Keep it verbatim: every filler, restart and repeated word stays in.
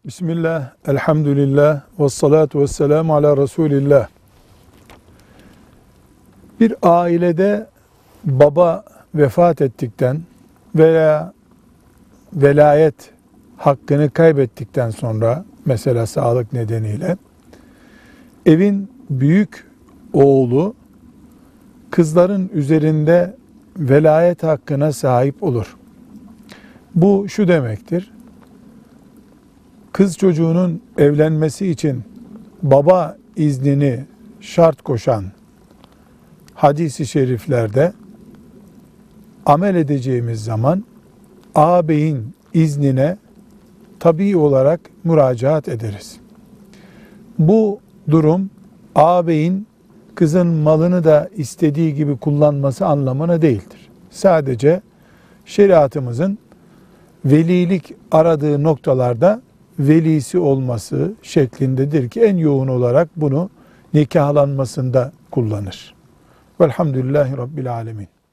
Bismillah, elhamdülillah, ve salatu ve selamu ala Resulillah. Bir ailede baba vefat ettikten veya velayet hakkını kaybettikten sonra, mesela sağlık nedeniyle, evin büyük oğlu kızların üzerinde velayet hakkına sahip olur. Bu şu demektir: kız çocuğunun evlenmesi için baba iznini şart koşan hadis-i şeriflerde amel edeceğimiz zaman ağabeyin iznine tabii olarak müracaat ederiz. Bu durum ağabeyin kızın malını da istediği gibi kullanması anlamına değildir. Sadece şeriatımızın velilik aradığı noktalarda velisi olması şeklindedir ki en yoğun olarak bunu nikahlanmasında kullanır. Velhamdülillahi Rabbil Alemin.